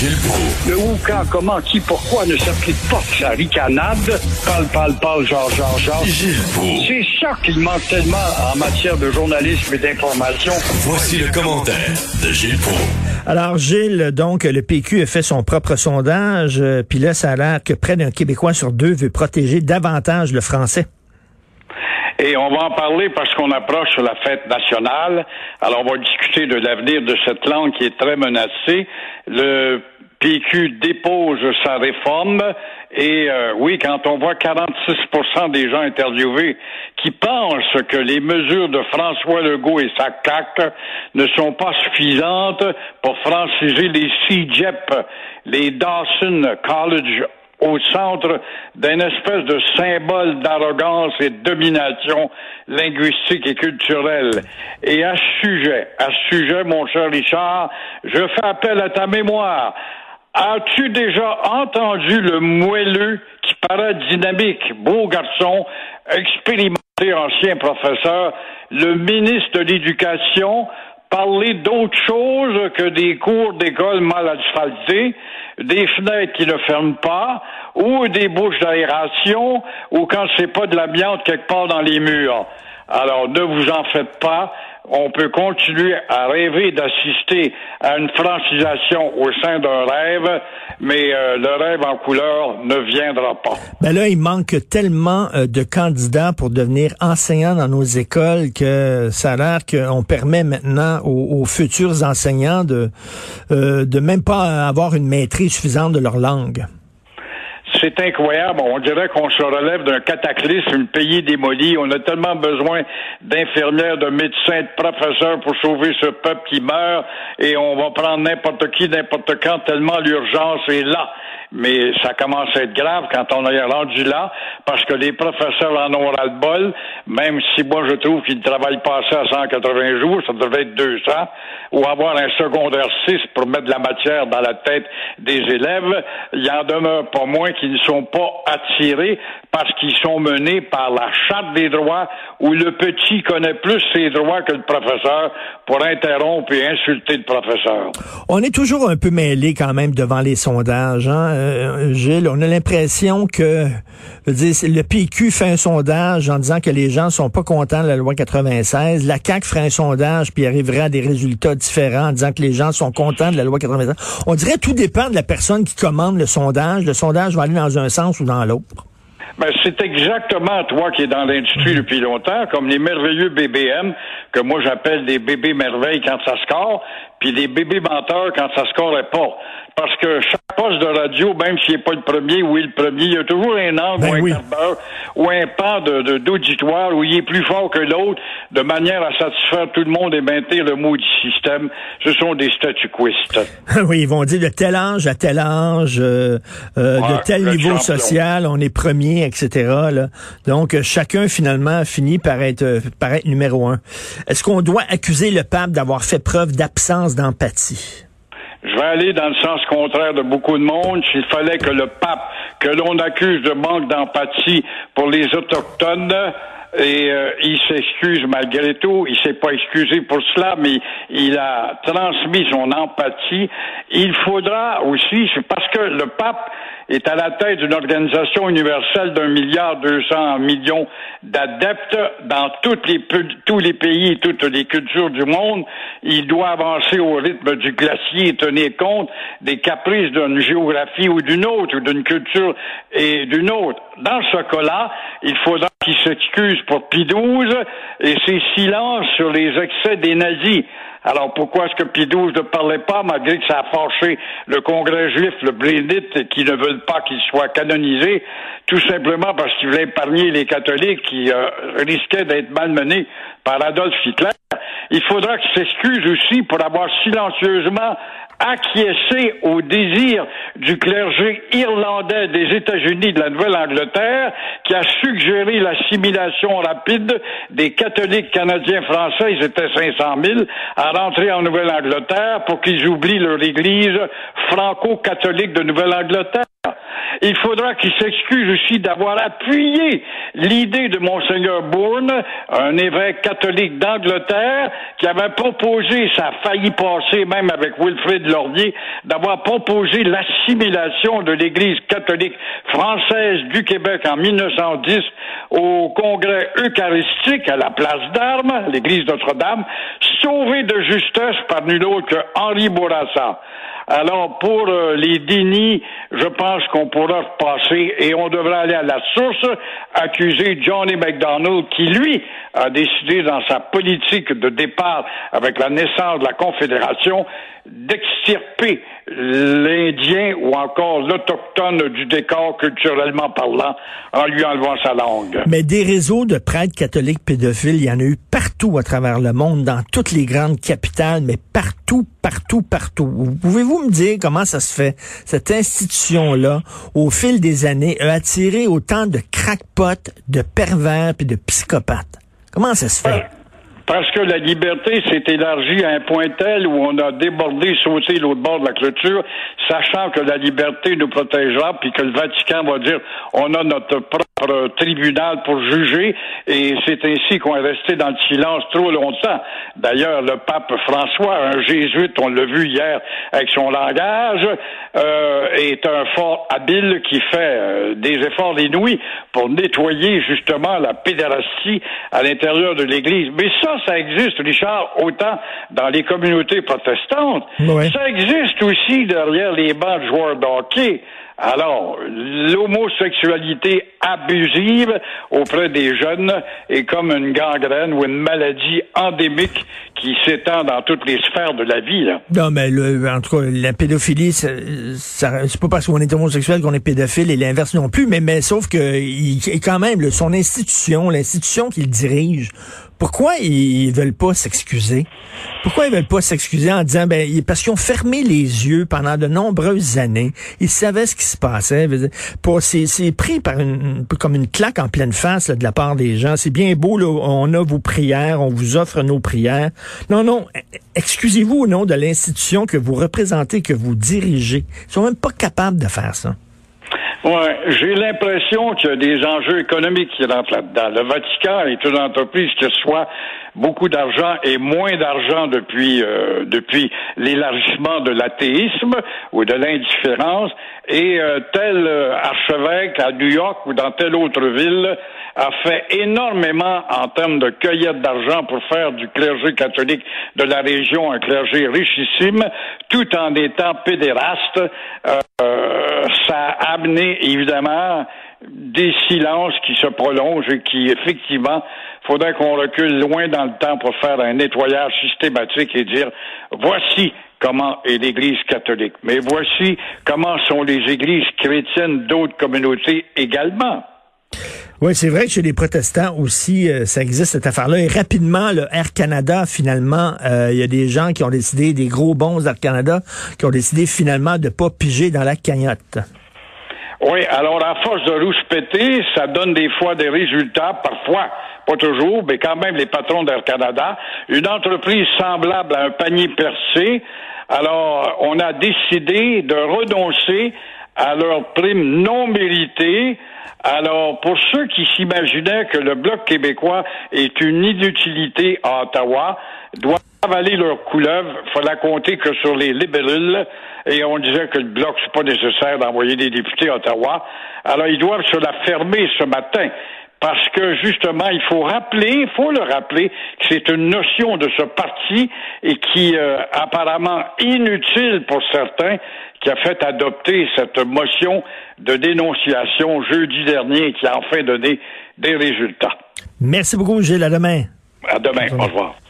Gilles Proulx. Le où, quand, comment, qui, pourquoi ne s'applique pas sa ricanade. Parle, genre. Gilles Proulx. C'est ça qu'il manque tellement en matière de journalisme et d'information. Voici le commentaire de Gilles Proulx. Alors, Gilles, donc, le PQ a fait son propre sondage, puis là, ça a l'air que près d'un Québécois sur deux veut protéger davantage le français. Et on va en parler parce qu'on approche la fête nationale. Alors, on va discuter de l'avenir de cette langue qui est très menacée. Le PQ dépose sa réforme et oui, quand on voit 46% des gens interviewés qui pensent que les mesures de François Legault et sa CAQ ne sont pas suffisantes pour franciser les CEGEP, les Dawson College, au centre d'une espèce de symbole d'arrogance et de domination linguistique et culturelle. Et à ce sujet, mon cher Richard, je fais appel à ta mémoire. As-tu déjà entendu le moelleux qui paraît dynamique, beau garçon, expérimenté, ancien professeur, le ministre de l'Éducation, parler d'autre chose que des cours d'école mal asphaltées, des fenêtres qui ne ferment pas, ou des bouches d'aération, ou quand c'est pas de l'amiante quelque part dans les murs. Alors, ne vous en faites pas. On peut continuer à rêver d'assister à une francisation au sein d'un rêve, mais le rêve en couleur ne viendra pas. Ben là, il manque tellement de candidats pour devenir enseignants dans nos écoles que ça a l'air qu'on permet maintenant aux futurs enseignants de même pas avoir une maîtrise suffisante de leur langue. C'est incroyable. On dirait qu'on se relève d'un cataclysme, un pays démoli. On a tellement besoin d'infirmières, de médecins, de professeurs pour sauver ce peuple qui meurt. Et on va prendre n'importe qui, n'importe quand, tellement l'urgence est là. Mais ça commence à être grave quand on est rendu là, parce que les professeurs en ont ras-le-bol, même si moi je trouve qu'ils ne travaillent pas assez à 180 jours, ça devrait être 200, ou avoir un secondaire 6 pour mettre de la matière dans la tête des élèves. Il en demeure pas moins qui ne sont pas attirés parce qu'ils sont menés par la charte des droits où le petit connaît plus ses droits que le professeur pour interrompre et insulter le professeur. On est toujours un peu mêlés quand même devant les sondages, hein, Gilles. On a l'impression que le PQ fait un sondage en disant que les gens sont pas contents de la loi 96. La CAQ ferait un sondage puis arriverait à des résultats différents en disant que les gens sont contents de la loi 96. On dirait que tout dépend de la personne qui commande le sondage. Le sondage va aller dans un sens ou dans l'autre. Ben, c'est exactement toi qui es dans l'industrie depuis longtemps, comme les merveilleux BBM, que moi j'appelle des bébés merveilles quand ça score, puis des bébés menteurs quand ça scorerait pas. Parce que chaque poste de radio, même s'il n'est pas le premier ou il est le premier, il y a toujours un angle ou un quart d'heure ou un pan d'auditoire où il est plus fort que l'autre, de manière à satisfaire tout le monde et maintenir le maudit système. Ce sont des statu-quistes. Oui, ils vont dire de tel âge à tel âge, de tel niveau social, on est premier, etc. Là. Donc, chacun, finalement, finit par être numéro un. Est-ce qu'on doit accuser le pape d'avoir fait preuve d'absence d'empathie? Je vais aller dans le sens contraire de beaucoup de monde. S'il fallait que le pape, que l'on accuse de manque d'empathie pour les Autochtones, et il s'excuse malgré tout, il s'est pas excusé pour cela, mais il a transmis son empathie. Il faudra aussi, c'est parce que le pape est à la tête d'une organisation universelle d'1,2 milliard d'adeptes dans tous les pays et toutes les cultures du monde. Il doit avancer au rythme du glacier et tenir compte des caprices d'une géographie ou d'une autre, ou d'une culture et d'une autre. Dans ce cas-là, il faudra qu'il s'excuse pour Pie XII et ses silences sur les excès des nazis. Alors, pourquoi est-ce que Pie XII ne parlait pas, malgré que ça a fâché le Congrès juif, le Blénite, qui ne veulent pas qu'il soit canonisé, tout simplement parce qu'il voulait épargner les catholiques qui risquaient d'être malmenés par Adolf Hitler. Il faudra qu'il s'excuse aussi pour avoir silencieusement acquiescé au désir du clergé irlandais des États-Unis de la Nouvelle-Angleterre qui a suggéré l'assimilation rapide des catholiques canadiens français, ils étaient 500 000, à rentrer en Nouvelle-Angleterre pour qu'ils oublient leur église franco-catholique de Nouvelle-Angleterre. Il faudra qu'il s'excuse aussi d'avoir appuyé l'idée de Monseigneur Bourne, un évêque catholique d'Angleterre, qui avait proposé, ça a failli passer même avec Wilfrid Laurier, d'avoir proposé l'assimilation de l'Église catholique française du Québec en 1910 au Congrès eucharistique à la Place d'Armes, l'Église Notre-Dame, sauvé de justesse par nul autre que Henri Bourassa. Alors, pour les dénis, je pense qu'on pourra repasser et on devrait aller à la source, accuser Johnny MacDonald, qui, lui, a décidé dans sa politique de départ avec la naissance de la Confédération d'extirper l'Indien ou encore l'Autochtone du décor culturellement parlant en lui enlevant sa langue. Mais des réseaux de prêtres catholiques pédophiles, il y en a eu partout à travers le monde, dans toutes les grandes capitales, mais partout. Pouvez-vous me dire comment ça se fait, cette institution-là, au fil des années, a attiré autant de crackpots, de pervers et de psychopathes? Comment ça se fait? Parce que la liberté s'est élargie à un point tel où on a débordé, sauté l'autre bord de la clôture, sachant que la liberté nous protégera, puis que le Vatican va dire on a notre propre tribunal pour juger, et c'est ainsi qu'on est resté dans le silence trop longtemps. D'ailleurs, le pape François, un jésuite, on l'a vu hier avec son langage, est un fort habile qui fait des efforts inouïs pour nettoyer justement la pédérastie à l'intérieur de l'Église. Mais ça existe, Richard, autant dans les communautés protestantes. Oui. Ça existe aussi derrière les bancs de joueurs de hockey. Alors, l'homosexualité abusive auprès des jeunes est comme une gangrène ou une maladie endémique qui s'étend dans toutes les sphères de la vie, là. Non, mais en tout cas, la pédophilie, c'est pas parce qu'on est homosexuel qu'on est pédophile et l'inverse non plus, mais sauf que quand même, son institution, l'institution qu'il dirige, pourquoi ils veulent pas s'excuser? Pourquoi ils veulent pas s'excuser en disant, parce qu'ils ont fermé les yeux pendant de nombreuses années. Ils savaient ce qui se passait. C'est pris comme une claque en pleine face là, de la part des gens. C'est bien beau, là, on a vos prières, on vous offre nos prières. Non, excusez-vous au nom de l'institution que vous représentez, que vous dirigez. Ils sont même pas capables de faire ça. Ouais, j'ai l'impression qu'il y a des enjeux économiques qui rentrent là-dedans. Le Vatican est une entreprise qui reçoit beaucoup d'argent et moins d'argent depuis l'élargissement de l'athéisme ou de l'indifférence. Et tel archevêque à New York ou dans telle autre ville a fait énormément en termes de cueillette d'argent pour faire du clergé catholique de la région un clergé richissime, tout en étant pédéraste. Ça a amené évidemment des silences qui se prolongent et qui, effectivement, faudrait qu'on recule loin dans le temps pour faire un nettoyage systématique et dire voici comment est l'Église catholique, mais voici comment sont les églises chrétiennes d'autres communautés également. Oui, c'est vrai que chez les protestants aussi, ça existe cette affaire-là. Et rapidement, le Air Canada, finalement, il y a des gens qui ont décidé, des gros bons Air Canada, qui ont décidé finalement de pas piger dans la cagnotte. Oui, alors à force de rouspéter, ça donne des fois des résultats, parfois, pas toujours, mais quand même les patrons d'Air Canada, une entreprise semblable à un panier percé. Alors, on a décidé de renoncer à leurs primes non méritées. Alors, pour ceux qui s'imaginaient que le Bloc québécois est une inutilité à Ottawa, doivent avaler leur couleuvre. Fallait compter que sur les libérules, et on disait que le Bloc, c'est pas nécessaire d'envoyer des députés à Ottawa. Alors, ils doivent se la fermer ce matin. Parce que, justement, il faut le rappeler, que c'est une notion de ce parti et qui, apparemment inutile pour certains, qui a fait adopter cette motion de dénonciation jeudi dernier et qui a enfin donné des résultats. Merci beaucoup, Gilles. À demain. À demain. Au revoir.